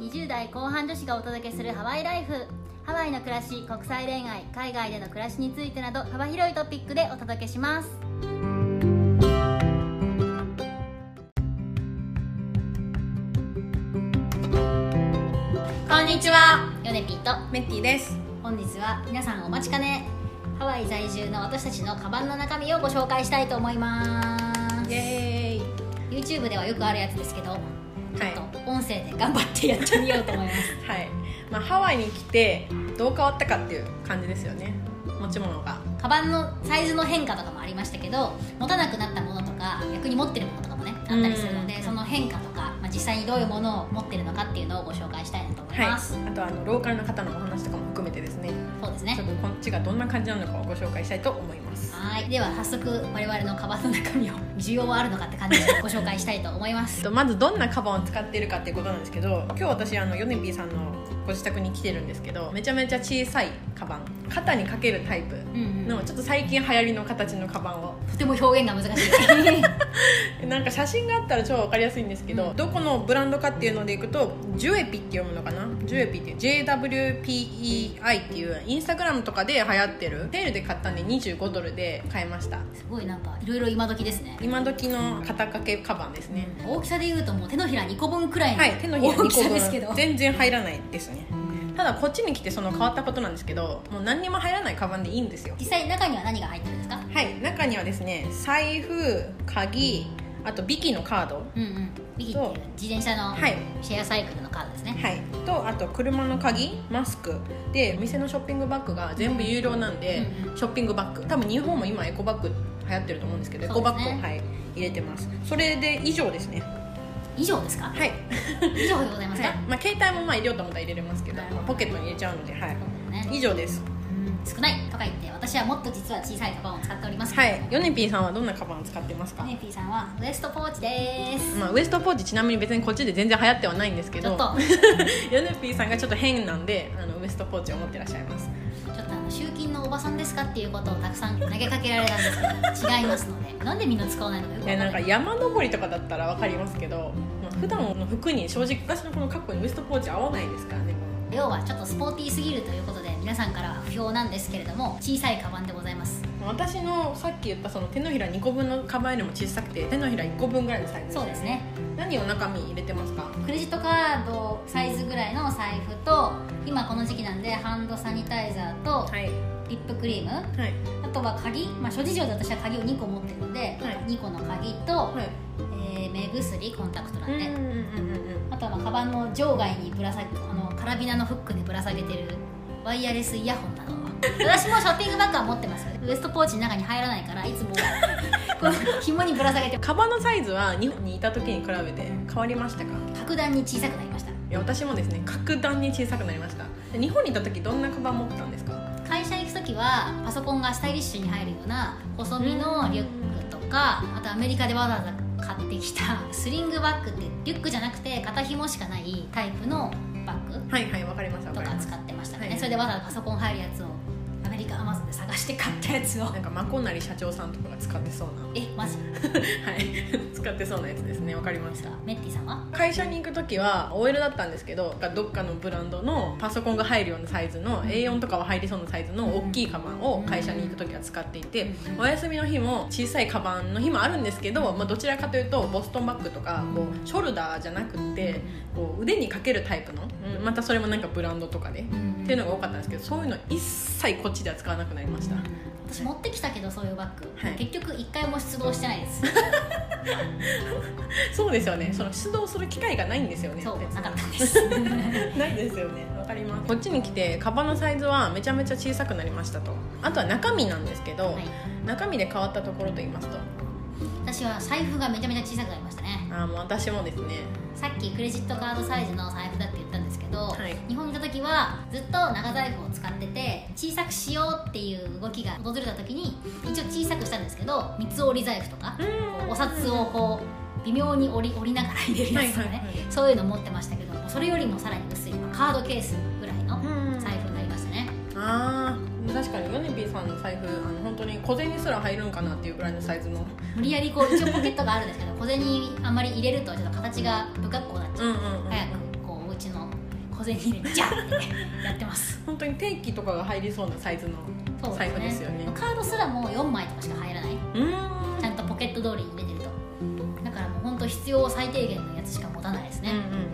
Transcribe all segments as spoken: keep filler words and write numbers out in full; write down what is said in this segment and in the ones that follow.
にじゅう代後半女子がお届けするハワイライフ。ハワイの暮らし、国際恋愛、海外での暮らしについてなど幅広いトピックでお届けします。こんにちは、ヨネピーとメッティです。 本日は皆さんお待ちかね、ハワイ在住の私たちのカバンの中身をご紹介したいと思います。 イエーイ。 YouTube ではよくあるやつですけど、ちょっと音声で頑張ってやってみようと思いますはい、まあ、ハワイに来てどう変わったかっていう感じですよね。持ち物が、 カバンのサイズの変化とかもありましたけど、持たなくなったものとか逆に持ってるものとかもねあったりするので、その変化とか、まあ、実際にどういうものを持ってるのかっていうのをご紹介したいなと思います。 はい、あとあのローカルの方のお話とかも含めてですね、 そうですね、 ちょっとこっちがどんな感じなのかをご紹介したいと思います。 はい、では早速我々のカバンの中身を需要はあるのかって感じでご紹介したいと思いますまずどんなカバンを使っているかっていうことなんですけど、今日私あのヨネピーさんのご自宅に来てるんですけど、めちゃめちゃ小さいカバン、肩にかけるタイプのちょっと最近流行りの形のカバンを、 とても表現が難しいなんか写真があったら超分かりやすいんですけど、うん、どこのブランドかっていうのでいくとジュエピって読むのかな、ジュエピって ジェイダブリューピーイーアイ っていうインスタグラムとかで流行ってる、セールで買ったんでにじゅうごドルで買いました。 すごいなんかいろいろ今時ですね。 今時の肩掛けカバンですね、 うん、大きさでいうともう手のひらにこぶんくらいの大きさですけど、 全然入らないですね。ただこっちに来てその変わったことなんですけど、もう何にも入らないカバンでいいんですよ。 実際中には何が入ってるんですか？ はい、中にはですね、財布、鍵、あとビキのカード、 うんうん、ビキっていう自転車のシェアサイクルのカードですね、 はい、とあと車の鍵、マスクで、店のショッピングバッグが全部有料なんで、うんうん、ショッピングバッグ、多分日本も今エコバッグ流行ってると思うんですけど、エコバッグを、はい、入れてます。それで以上ですね。 以上ですか？ はい、 以上でございますか？はい、 まあ、携帯もまあ入れようと思ったら入れれますけど、まあ、ポケットに入れちゃうので、はい、ね、以上です。 うん、少ないとか言って私はもっと実は小さいカバンを使っております。 はい、ヨネピーさんはどんなカバンを使ってますか？ ヨネピーさんはウエストポーチです。 まあ、ウエストポーチちなみに別にこっちで全然流行ってはないんですけど、ちょっとヨネピーさんがちょっと変なんで、あのウエストポーチを持ってらっしゃいます。 ちょっとあの集金のおばさんですかっていうことをたくさん投げかけられたんですけど違いますので、なんでみんな使わないのかよくわからない。 いや、なんか山登りとかだったら分かりますけど、普段の服に正直私のこの格好にウエストポーチ合わないですからね。 要はちょっとスポーティーすぎるということで皆さんからは不評なんですけれども、小さいカバンでございます。 私のさっき言ったその手のひらにこぶんのカバンよりも小さくて、手のひらいっこぶんぐらいのサイズです。 そうですね。 何を中身入れてますか？ クレジットカードサイズぐらいの財布と、今この時期なんでハンドサニタイザーと、はい、リップクリーム、はい、あとは鍵、まあ、諸事情で私は鍵をにこ持ってるので、はい、にこの鍵と、はい、えー、目薬、コンタクトなんで、うんうんうんうん、あとはまあカバンの場外にぶら下げ、あのカラビナのフックでぶら下げてるワイヤレスイヤホンなど私もショッピングバッグは持ってます。ウエストポーチの中に入らないからいつもこの紐にぶら下げて。 カバンのサイズは日本にいた時に比べて変わりましたか？ 格段に小さくなりました。 いや、私もですね、格段に小さくなりました。日本にいた時どんなカバン持ってたんですか？ 会社行く時はパソコンがスタイリッシュに入るような細身のリュックとか、あとアメリカでわざわざ買ってきたスリングバッグってリュックじゃなくて肩紐しかないタイプのバッグ、 はいはい、わかります、 とか使ってましたね、はい、それでわざわざパソコン入るやつをアメリカアマゾンで探して買ったやつを、 なんかマコナリ社長さんとかが使ってそうな、 え、マジはい使ってそうなやつですね。わかりました。 メッティさんは？ 会社に行く時は オーエル だったんですけど、どっかのブランドのパソコンが入るようなサイズの エーよん とかは入りそうなサイズの大きいカバンを会社に行く時は使っていて、お休みの日も小さいカバンの日もあるんですけど、まあ、どちらかというとボストンバッグとかこうショルダーじゃなくてこう腕にかけるタイプの、またそれもなんかブランドとかでっていうのが多かったんですけど、そういうの一切こっちでは使わなくなりました。 私持ってきたけどそういうバッグ、はい、結局一回も出動してないですそうですよね、その出動する機会がないんですよね。 そう、なかったですないですよね、わかります。こっちに来てカバンのサイズはめちゃめちゃ小さくなりましたと。あとは中身なんですけど、はい、中身で変わったところと言いますと、 私は財布がめちゃめちゃ小さくなりましたね。 あ、もう私もですね。 さっきクレジットカードサイズの財布だって言ったんですけど、はい、日本にいた時はずっと長財布を使ってて、小さくしようっていう動きが訪れた時に一応小さくしたんですけど、三つ折り財布とかお札をこう微妙に折り折りながら入れるやつとかね、はいはいはい、そういうの持ってましたけど、それよりもさらに薄いカードケースぐらいの財布になりましたね。 あー、確かにヨネピーさんの財布、あの本当に小銭すら入るんかなっていうぐらいのサイズの、 無理やりこう一応ポケットがあるんですけど小銭あんまり入れるとちょっと形が不格好になっちゃう、うんうんうん、早くこうお家の小銭入れにジャッて、ね、やってます本当に定期とかが入りそうなサイズの財布ですよね。 カードすらもうよんまいとかしか入らない。 うーん、 ちゃんとポケット通りに入れてると。だからもう本当必要最低限のやつしか持たないですね。 うんうんうんうん、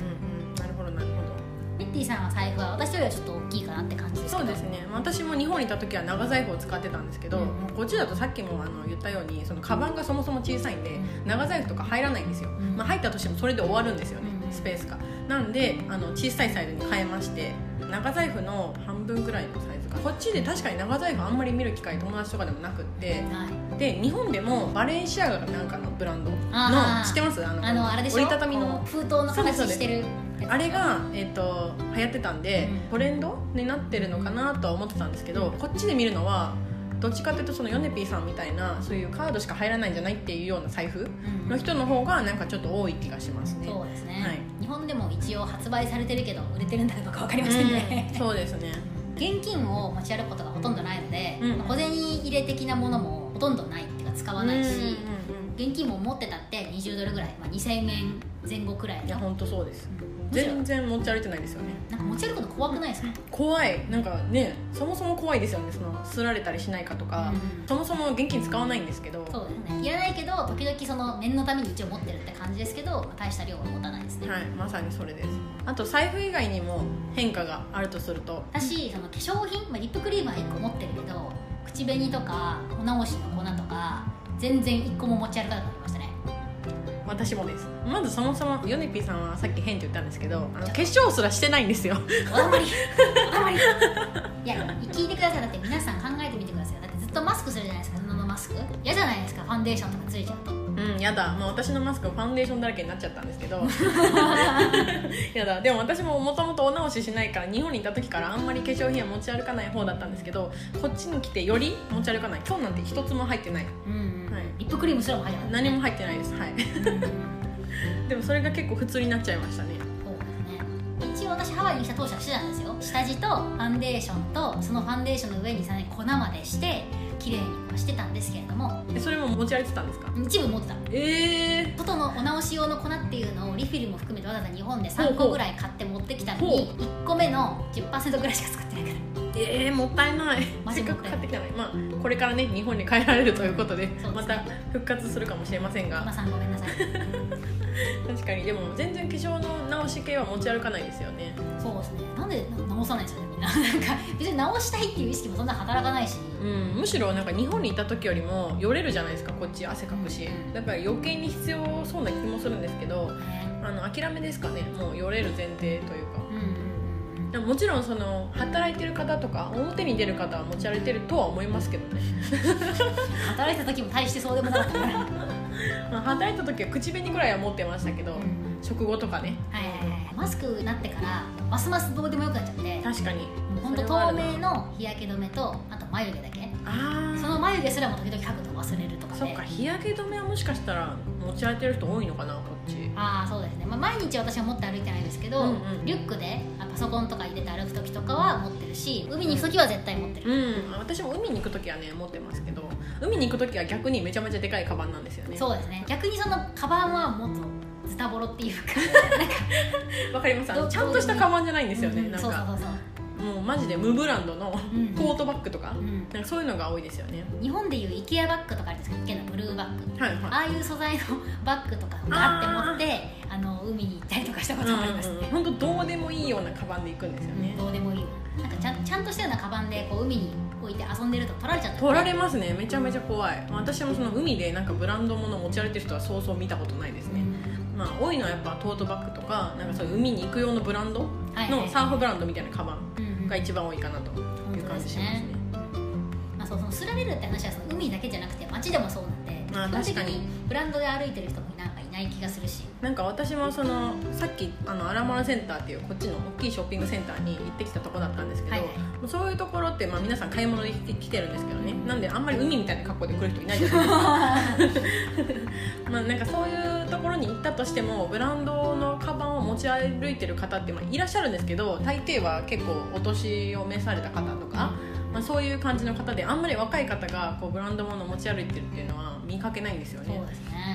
なるほどなるほど。 ミッティさんは財布は私よりはちょっと大きいかなって感じですけど。 そうですね、私も日本にいた時は長財布を使ってたんですけど、うん、こっちだとさっきもあの言ったようにそのカバンがそもそも小さいんで、うん、長財布とか入らないんですよ、うん、まあ、入ったとしてもそれで終わるんですよね、うん、スペースが。なんであの小さいサイズに変えまして、長財布の半分くらいのサイズか。こっちで確かに長財布あんまり見る機会友達とかでもなくって、はい、で日本でもバレンシアガなんかのブランドの知ってます？あのあのあれでしょ、 折りたたみの封筒の形してる、 あれが、えー、と流行ってたんで、うん、トレンドになってるのかなとは思ってたんですけど、こっちで見るのはどっちかというとそのヨネピーさんみたいなそういうカードしか入らないんじゃないっていうような財布の人の方がなんかちょっと多い気がしますね。 そうですね、 はい、 日本でも一応発売されてるけど売れてるんだろうか分かりませんね、 うん、そうですね。 現金を持ち歩くことがほとんどないので、うん、小銭入れ的なものもほとんどないっていうか使わないし、うんうんうん、現金も持ってたってにじゅうドルぐらい、まあ、にせんえんぜん後くらいの。 いや本当そうです、うん、全然持ち歩いてないですよね。 なんか持ち歩くの怖くないですか？ 怖い。なんかね、そもそも怖いですよね。そのすられたりしないかとか、うん、そもそも現金使わないんですけど。 そうですね、いらないけど時々その念のために一応持ってるって感じですけど、大した量は持たないですね。 はい、まさにそれです。あと財布以外にも変化があるとすると、 私その化粧品、まあ、リップクリームはいっこ持ってるけど口紅とかお直しの粉とか全然いっこも持ち歩かなくなりましたね。 私もです。まずそもそもヨネピーさんはさっき変って言ったんですけど、あの化粧すらしてないんですよ。 おだまりおだまりいや聞いてください。だって皆さん考えてみてください。だってずっとマスクするじゃないですか。布のマスク嫌じゃないですか。ファンデーションとかついちゃうと。 うん、やだ。もう私のマスクファンデーションだらけになっちゃったんですけどやだ。でも私ももともとお直ししないから日本にいた時からあんまり化粧品は持ち歩かない方だったんですけど、こっちに来てより持ち歩かない。今日なんて一つも入ってない、 うんうん、はい、リップクリームすらも入ってない、 何も入ってないです。はい、でもそれが結構普通になっちゃいましたね。 そうですね。一応私ハワイに来た当初はしてたんですよ。下地とファンデーションとそのファンデーションの上にさらに粉までして綺麗にしてたんですけれども。 え、それも持ち歩いてたんですか？ 一部持ってた。 えー、 外のお直し用の粉っていうのをリフィルも含めてわざわざ日本でさんこぐらい買って持ってきたのにいっこめの じゅっパーセント ぐらいしか使ってないから。 えー、もったいない。せっかく買ってきたのに、まあ、これからね日本に帰られるということで、 そうですね、 また復活するかもしれませんが、 今さんごめんなさい確かに。でも全然化粧の直し系は持ち歩かないですよね。 そうですね。なんで直さないんですよねみんななんか別に直したいっていう意識もそんな働かないし、 うん、むしろなんか日本にいた時よりもよれるじゃないですか。こっち汗かくし、うん、だから余計に必要そうな気もするんですけど、あの諦めですかね。もうよれる前提というか、うん、でももちろんその働いてる方とか表に出る方は持ち歩いてるとは思いますけどね働いた時も大してそうでもなかったからまあ働いた時は口紅ぐらいは持ってましたけど、うん、食後とかね、 はいはいはい、マスクになってからますますどうでもよくなっちゃって。 確かに本当透明の日焼け止めとあと眉毛だけ。あ、その眉毛すらも時々描くの忘れるとかで。 そっか、日焼け止めはもしかしたら持ち歩いてる人多いのかなこっち。 ああそうですね、まあ、毎日私は持って歩いてないですけど、うんうん、リュックでパソコンとか入れて歩く時とかは持ってるし、海に行く時は絶対持ってる、 うん、私も海に行く時はね持ってますけど、海に行く時は逆にめちゃめちゃでかいカバンなんですよね。 そうですね。逆にそのカバンはもっとズタボロっていうかなんかわかります。あのちゃんとしたカバンじゃないんですよね、うん、なんかそうそうそうそう、 もうマジで無ブランドのトートバッグとか、うん、なんかそういうのが多いですよね。 日本でいう IKEA バッグとかあるんですけど、IKEA のブルーバッグ、はいはい、ああいう素材のバッグとかがあって持ってあの海に行ったりとかしたこともありますね。 本当、うん、どうでもいいようなカバンで行くんですよね、 うん、どうでもいいよ。なんかちゃん、ちゃんとしたようなカバンでこう海に置いて遊んでると取られちゃった、ね、 取られますね。めちゃめちゃ怖い。私もその海でなんかブランド物持ち歩いてる人はそうそう見たことないですね、うん、まあ、多いのはやっぱトートバッグとか、なんかそういう海に行く用のブランドのサーフブランドみたいなカバンが一番多いかなという感じしますね。 まあ、そうそのすられるって話はその海だけじゃなくて街でもそうなんで、まあ、確かにブランドで歩いてる人もなんかいない気がするし、 なんか私もそのさっきあのアラマラセンターっていうこっちの大きいショッピングセンターに行ってきたところだったんですけど、はいはい、そういうところってまあ皆さん買い物で来てるんですけどね、なんであんまり海みたいな格好で来る人いないじゃないですかまあなんかそういうところに行ったとしてもブランドのカバンを持ち歩いてる方ってまあいらっしゃるんですけど、大抵は結構お年を召された方とか、まあ、そういう感じの方で、あんまり若い方がこうブランド物を持ち歩いてるっていうのは見かけないんですよね。 そうですね。若い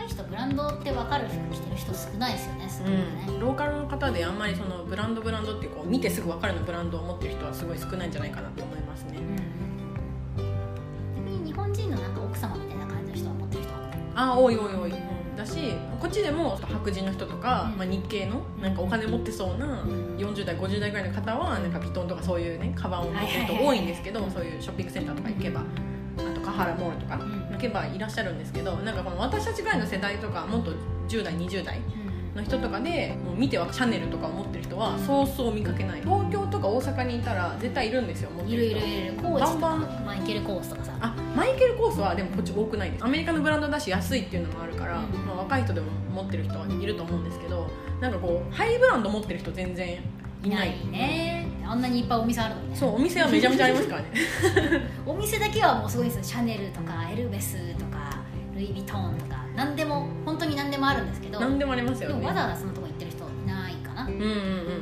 い人ブランドって分かる服着てる人少ないですよね、すごいね、 うん、ローカルの方であんまりそのブランドブランドってこう見てすぐ分かるのブランドを持ってる人はすごい少ないんじゃないかなと思いますね、 うん、逆に日本人のなんか奥様みたいな感じの人は持ってる人はああ多い多い多い、うん、だしこっちでも白人の人とか、うんまあ、日系のなんかお金持ってそうなよんじゅう代ごじゅう代ぐらいの方はなんかヴィトンとかそういうねカバンを持ってる人多いんですけど、そういうショッピングセンターとか行けば、あとカハラモールとか行けばいらっしゃるんですけど、なんかこの私たちぐらいの世代とかもっとじゅう代にじゅう代の人とかでもう見てはシャネルとかを持ってる人はそうそう見かけない。東京とか大阪にいたら絶対いるんですよ、持ってる人。 いるいるいる。コーチとかマイケル・コースとかさ。 あ、マイケル・コースはでもこっち多くないです。アメリカのブランドだし安いっていうのもあるから、うんまあ、若い人でも持ってる人はいると思うんですけど、なんかこうハイブランド持ってる人全然いない。 いないね。あんなにいっぱいお店あるのにね。 そう、お店はめちゃめちゃありますからねお店だけはもうすごいですよ。シャネルとかエルメスとかルイ・ヴィトンとか何でも本当に何でもあるんですけど、 何でもありますよね。 でもわざわざそのとこ行ってる人いないかな。 うんうんうん。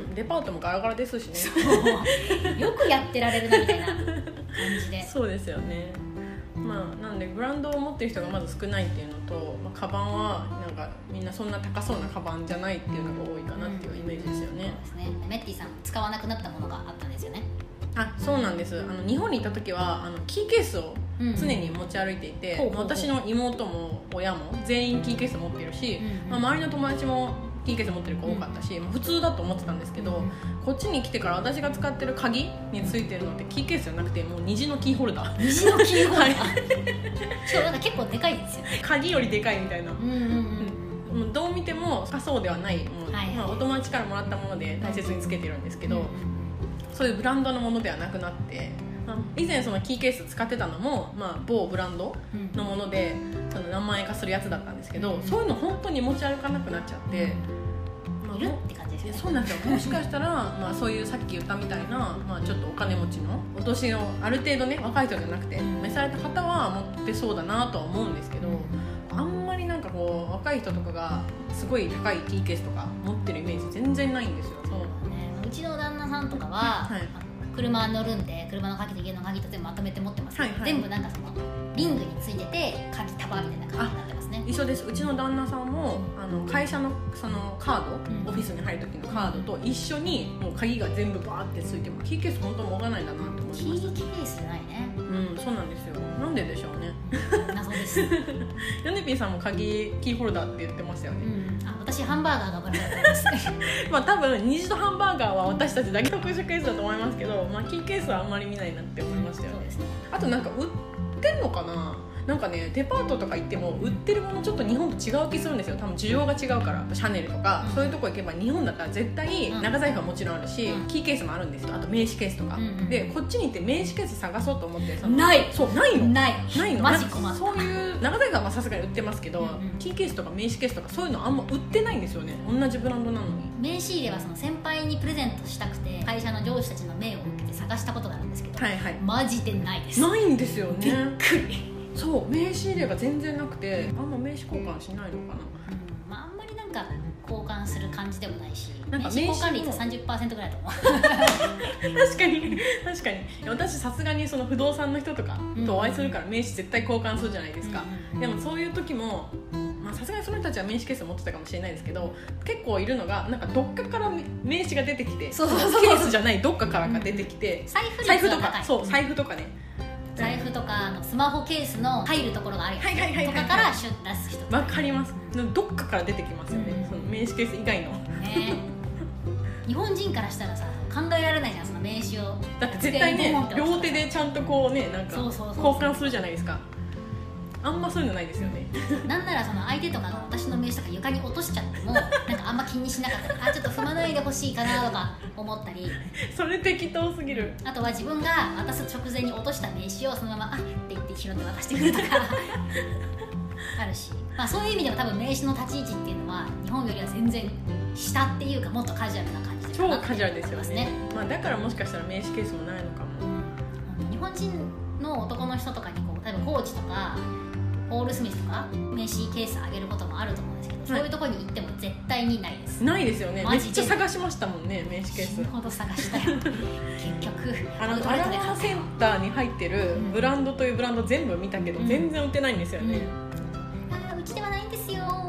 デパートもガラガラですしね。 そうよくやってられるなみたいな感じで。 そうですよね。まあ、なんでブランドを持ってる人がまず少ないっていうのと、まあ、カバンはなんかみんなそんな高そうなカバンじゃないっていうのが多いかなっていうイメージですよね、うん、 そうですね。メッティさん使わなくなったものがあったんですよね。 あ、そうなんです。あの日本にいた時はあのキーケースを常に持ち歩いていて、うん、私の妹も親も全員キーケース持ってるし、うんうんまあ、周りの友達もキーケース持ってる子多かったし、うん、普通だと思ってたんですけど、うん、こっちに来てから私が使ってる鍵についてるのってキーケースじゃなくてもう虹のキーホルダー。 虹のキーホルダーそう、なんか結構でかいんですよね。 鍵よりでかいみたいな、うんうんうん、もうどう見ても高そうではないもう、はいはいまあ、お友達からもらったもので大切につけてるんですけど、うんうん、そういうブランドのものではなくなって、まあ、以前そのキーケース使ってたのも、まあ、某ブランドのもので、うん、その何万円かするやつだったんですけど、うん、そういうの本当に持ち歩かなくなっちゃって、 うんまあ、いるって感じですよね。 そうなんですよ。もしかしたら、まあ、そういうさっき言ったみたいな、まあ、ちょっとお金持ちのお年のある程度ね若い人じゃなくて召された方は持ってそうだなとは思うんですけど、あんまりなんかこう若い人とかがすごい高いキーケースとか持ってるイメージ全然ないんですよ。 そうね、うちの旦那さんとかは、はい、車乗るんで車の鍵と家の鍵と全部まとめて持ってますけど、はいはい、全部なんかそのリングについてて鍵束みたいな感じになってますね。 一緒です。うちの旦那さんもあの会社のそのカード、うん、オフィスに入る時のカードと一緒にもう鍵が全部バーってついてもキーケース本当もがないんだなって思いました。 キーケースじゃないね。 うん、そうなんですよ。なんででしょうね。 謎です。 ヨネピーさんも鍵キーホルダーって言ってましたよね、 うん、あ、私ハンバーガーがブランドですまあ多分虹とハンバーガーは私たちだけ特殊ケースだと思いますけど、まあ、キーケースはあんまり見ないなって思いましたよね、うん、そうですね。あとなんか売ってんのかな、なんかねデパートとか行っても売ってるものちょっと日本と違う気するんですよ。多分需要が違うから。シャネルとか、うん、そういうとこ行けば日本だったら絶対長財布はもちろんあるし、うん、キーケースもあるんですよ。あと名刺ケースとか、うんうん、でこっちに行って名刺ケース探そうと思ってそのないそうないのないないのマジ困った。 そういう長財布はさすがに売ってますけど、うんうん、キーケースとか名刺ケースとかそういうのあんま売ってないんですよね。同じブランドなのに。 名刺入れはその先輩にプレゼントしたくて会社の上司たちの命を受けて探したことがあるんですけど、はいはい、マジでないです。 ないんですよね。 びっくり。 そう名刺入れが全然なくてあんま名刺交換しないのかな、 うんまあ、あんまりなんか交換する感じでもないし、なんか名刺交換率 さんじゅっパーセント ぐらいだと思う確かに確かに。私さすがにその不動産の人とかとお会いするから名刺絶対交換するじゃないですか、うん、でもそういう時もさすがにその人たちは名刺ケースを持ってたかもしれないですけど、結構いるのがなんかどっかから名刺が出てきて、そうそうそうそうケースじゃないどっかからが出てきて、 うん、財布財布とかそう財布とかね、 財布とかのスマホケースの入るところがあるやつ、はいはいはいはい、とかからシュッ出す人とかわかります。どっかから出てきますよね、うん、その名刺ケース以外の、ね、 日本人からしたらさ考えられないじゃんその名刺を。 だって絶対ね両手でちゃんとこうねなんか交換するじゃないですか。あんまそういうのないですよね。 なんならその相手とかが私の名刺とか床に落としちゃってもなんかあんま気にしなかったりあちょっと踏まないでほしいかなとか思ったりそれ適当すぎる。 あとは自分が渡す直前に落とした名刺をそのままあって言って拾って渡してくるとかあるし、まあ、そういう意味でも多分名刺の立ち位置っていうのは日本よりは全然下っていうかもっとカジュアルな感じで超カジュアルですよね、まあ、だからもしかしたら名刺ケースもないのかも、 うん、日本人の男の人とかにこう例えばコーチとかポール・スミスとか名刺ケースあげることもあると思うんですけど、はい、そういうところに行っても絶対にないです。 ないですよね。めっちゃ探しましたもんね名刺ケース。 死ぬほど探したよ結局あのアラマセンターに入ってるブランドというブランド全部見たけど、うん、全然売ってないんですよね、 うん、あうちではないんですよ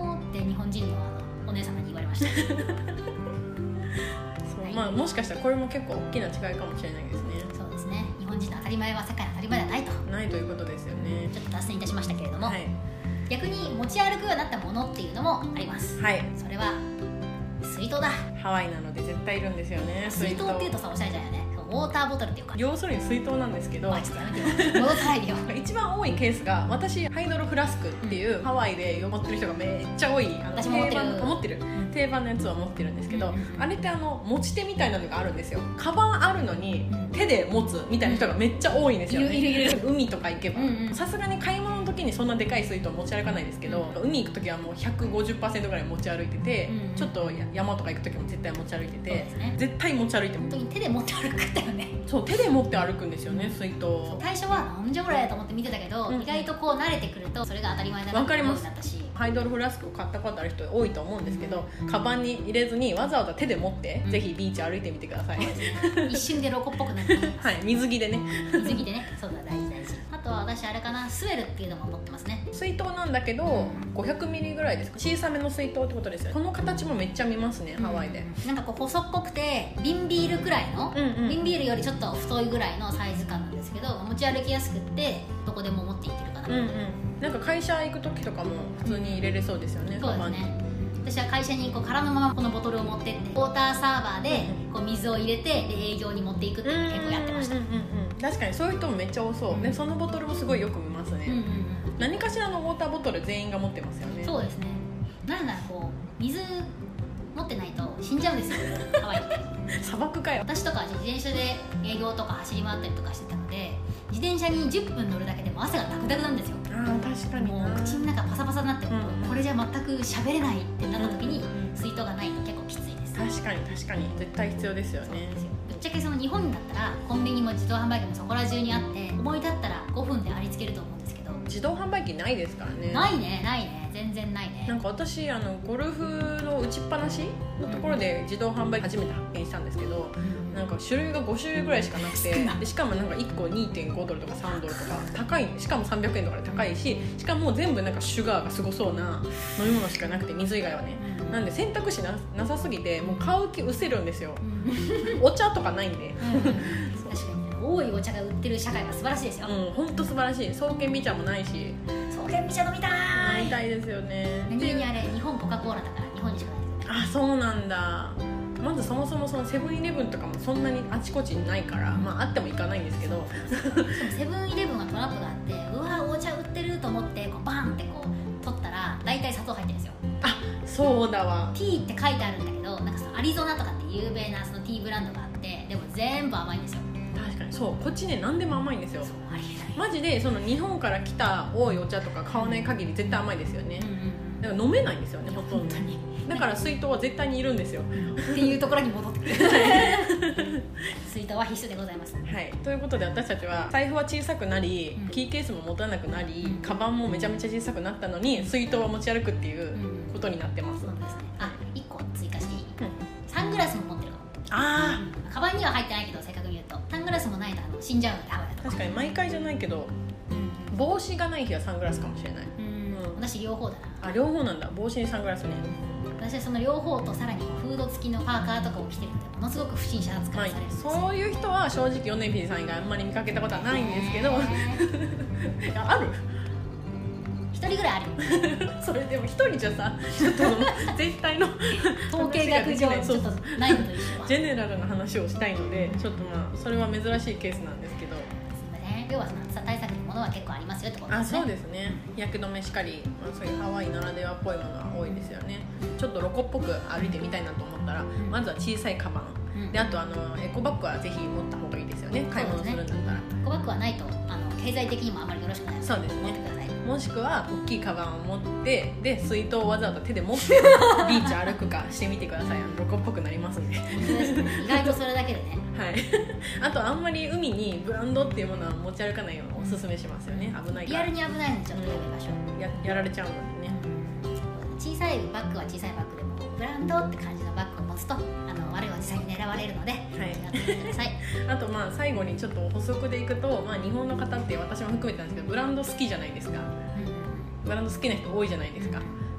したそう、 はい、まあ、もしかしたらこれも結構大きな違いかもしれないですね。 そうですね、日本人の当たり前は世界の当たり前ではないとないということですよね。 ちょっと脱線いたしましたけれども、 はい、 逆に持ち歩くようになったものっていうのもあります。 はい、 それは水筒だ。 ハワイなので絶対いるんですよね。 水筒っていうとさ、おしゃれじゃないよね。ウォーターボトルっていうか、 要するに水筒なんですけど、 ちょっとやめてよ戻さないでよ一番多いケースが、私ハイドロフラスクっていう、うん、ハワイで持ってる人がめっちゃ多い、あの私も持ってる定番持ってる定番のやつを持ってるんですけど、 うんうんうん、 あれってあの持ち手みたいなのがあるんですよ。カバンあるのに手で持つみたいな人がめっちゃ多いんですよね。 いるいるいる。 海とか行けばさすがに買い物の時にそんなでかい水筒持ち歩かないですけど、うん、海行く時はもう ひゃくごじゅっパーセント ぐらい持ち歩いてて、うんうん、ちょっと山とか行く時も絶対持ち歩いてて、ね、絶対持ち歩いても本当に手で持って歩くったよね。 そう、手で持って歩くんですよね、水筒。 最初はなんじゃこれと思って見てたけど、うん、意外とこう慣れてくるとそれが当たり前だなって思うようになったし、 ハイドロフラスクを買ったことある人多いと思うんですけど、うん、カバンに入れずにわざわざ手で持って、うん、ぜひビーチ歩いてみてください、 うん、一瞬でロコっぽくなるはい、水着でね水着でね、そうだ、大事大事。あとは私あれかな、スウェルっていうのも持ってますね。 水筒なんだけど、うん、ごひゃくミリぐらいですか、小さめの水筒ってことですよ。この形もめっちゃ見ますね、うん、ハワイで。 なんかこう細っこくて瓶ビールくらいの、うんうん、瓶ビールよりちょっと太いぐらいのサイズ感なんですけど、持ち歩きやすくってどこでも持っていってるかな、 うんうん、なんか会社行く時とかも普通に入れれそうですよね、 そうですね。私は会社にこう空のままこのボトルを持ってってウォーターサーバーでこう水を入れて、で営業に持っていくっていうのを結構やってました。 確かにそういう人もめっちゃ多そう、うん、でそのボトルもすごいよく見ますね、うんうんうん、何かしらのウォーターボトル全員が持ってますよね。 そうですね。なんだこう水持ってないと死んじゃうんですよハワイって砂漠かよ。 私とか自転車で営業とか走り回ったりとかしてたので、自転車にじゅっぷん乗るだけでも汗がダクダクなんですよ。 あー確かに。 もう口の中パサパサになって、うん、これじゃ全く喋れないってなった時に、うん、水筒がないと結構きついです。 確かに確かに絶対必要ですよね。 ぶっちゃけその日本だったらコンビニも自動販売機もそこら中にあって思い立ったらごふんでありつけると思うんですけど、 自動販売機ないですからね。 ないねないね全然ないね。 なんか私あのゴルフの打ちっぱなしのところで自動販売機初めて発見したんですけど、うん、なんか種類がご種類ぐらいしかなくて、でしかもなんかいっこ にてんごドルとかさんドルとか高い、しかもさんびゃくえんとかで高いし、しかも全部なんかシュガーがすごそうな飲み物しかなくて、水以外はね、うん、なんで選択肢 な, なさすぎてもう買う気失せるんですよ、うん、お茶とかないんで、うん、 確かに多いお茶が売ってる社会は素晴らしいですよ。 うん、本当素晴らしい。爽健美茶もないし、 爽健美茶飲みたい飲みたいですよね。 何気にあれ日本コカ・コーラだから日本にしかないですよね。 あ、そうなんだ。まずそもそもそのセブンイレブンとかもそんなにあちこちにないから、まああっても行かないんですけどセブンイレブンはトラップがあって、うわお茶売ってると思ってこうバーンってこう取ったら大体砂糖入ってるんですよ。 あ、そうだわ。 ティーって書いてあるんだけど、なんかそのアリゾナとかって有名なそのティーブランドがあって、でも全部甘いんですよ。 確かにそう、こっちね何でも甘いんですよ。 そう、ありえないマジで。その日本から来た多いお茶とか買わない限り絶対甘いですよね、うんうん、だから飲めないんですよねほとんどに。だから水筒は絶対にいるんですよっていうところに戻ってくる水筒は必須でございます。 はい、ということで私たちは財布は小さくなり、うん、キーケースも持たなくなり、うん、カバンもめちゃめちゃ小さくなったのに水筒は持ち歩くっていうことになってます、うん、 そうですね。あ、いっこ追加していい、うん、サングラスも持ってるかも。 あ、 うん、カバンには入ってないけど正確に言うとサングラスもないとあの死んじゃうのでハワイだと。 確かに毎回じゃないけど、うん、帽子がない日はサングラスかもしれない、 うんうん、私両方だな。 あ、両方なんだ。帽子にサングラスね。 私はその両方とさらにフード付きのパーカーとかを着てるのでものすごく不審者扱いされるんですよ、 まあ、そういう人は正直ヨネピーさん以外あんまり見かけたことはないんですけど、いや、ある一人ぐらいあるそれでも一人じゃさちょっと絶対の統計学上ちょっとないのと一緒。 ジェネラルな話をしたいのでちょっとまあそれは珍しいケースなんですけど、 すいません。要はその暑さ対策のものは結構ありますよってことですね。 あ、そうですね。日焼け止めしかり、まあ、そういうハワイならではっぽいものは多いですよね。ちょっとロコっぽく歩いてみたいなと思ったら、うん、まずは小さいカバン、うん、であとあのエコバッグはぜひ持った方がいいですよね、買い物するんだったら。エコバッグはないとあの経済的にもあまりよろしくないので、 そうですね、 持ってください。 もしくは大きいカバンを持ってで水筒をわざわざ手で持ってビーチ歩くかしてみてください。あのロコっぽくなりますんで意外とそれだけでねはいあとあんまり海にブランドっていうものは持ち歩かないようにおすすめしますよね、危ないから。 リアルに危ないのでちょっとやめましょう、 うん、や, やられちゃうのでね。 小さいバッグは小さいバッグでもブランドって感じのバッグを持つとあの悪いおじさんに狙われるので、はい、やってみてくださいあとまあ最後にちょっと補足でいくと、まあ、日本の方って私も含めてなんですけどブランド好きじゃないですか、うん、ブランド好きな人多いじゃないですか、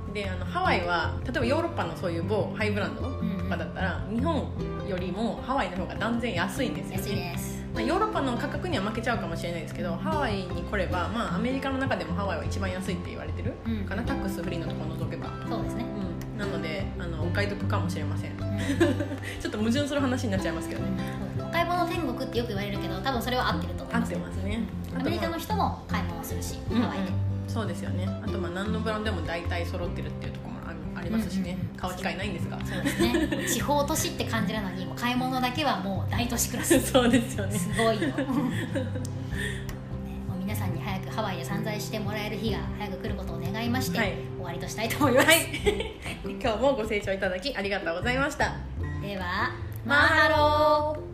であのハワイは例えばヨーロッパのそういう某ハイブランドとかだったら、うん、日本よりもハワイの方が断然安いんですよね。 安いです。 まあ、ヨーロッパの価格には負けちゃうかもしれないですけど、ハワイに来れば、まあ、アメリカの中でもハワイは一番安いって言われてるかな、うん、タックスフリーのところ除けば。 そうですね、 うん、なのであのお買い得かもしれません、うん、ちょっと矛盾する話になっちゃいますけどね、 うん、お買い物天国ってよく言われるけど多分それは合ってると思います。 合ってますね。 アメリカの人も買い物するし、うん、ハワイで、 そうですよね。あとまあ何のブランドでも大体揃ってるっていうところもありますしね、うんうん、買う機会ないんですが。 そうですね地方都市って感じなのにもう買い物だけはもう大都市クラスそうですよね、 すごいよ、ね、もう皆さんに早くハワイで散財してもらえる日が早く来ることを願いまして、はい、終わりとしたいと思います、はい、 今日もご清聴いただきありがとうございました。 ではマハロー。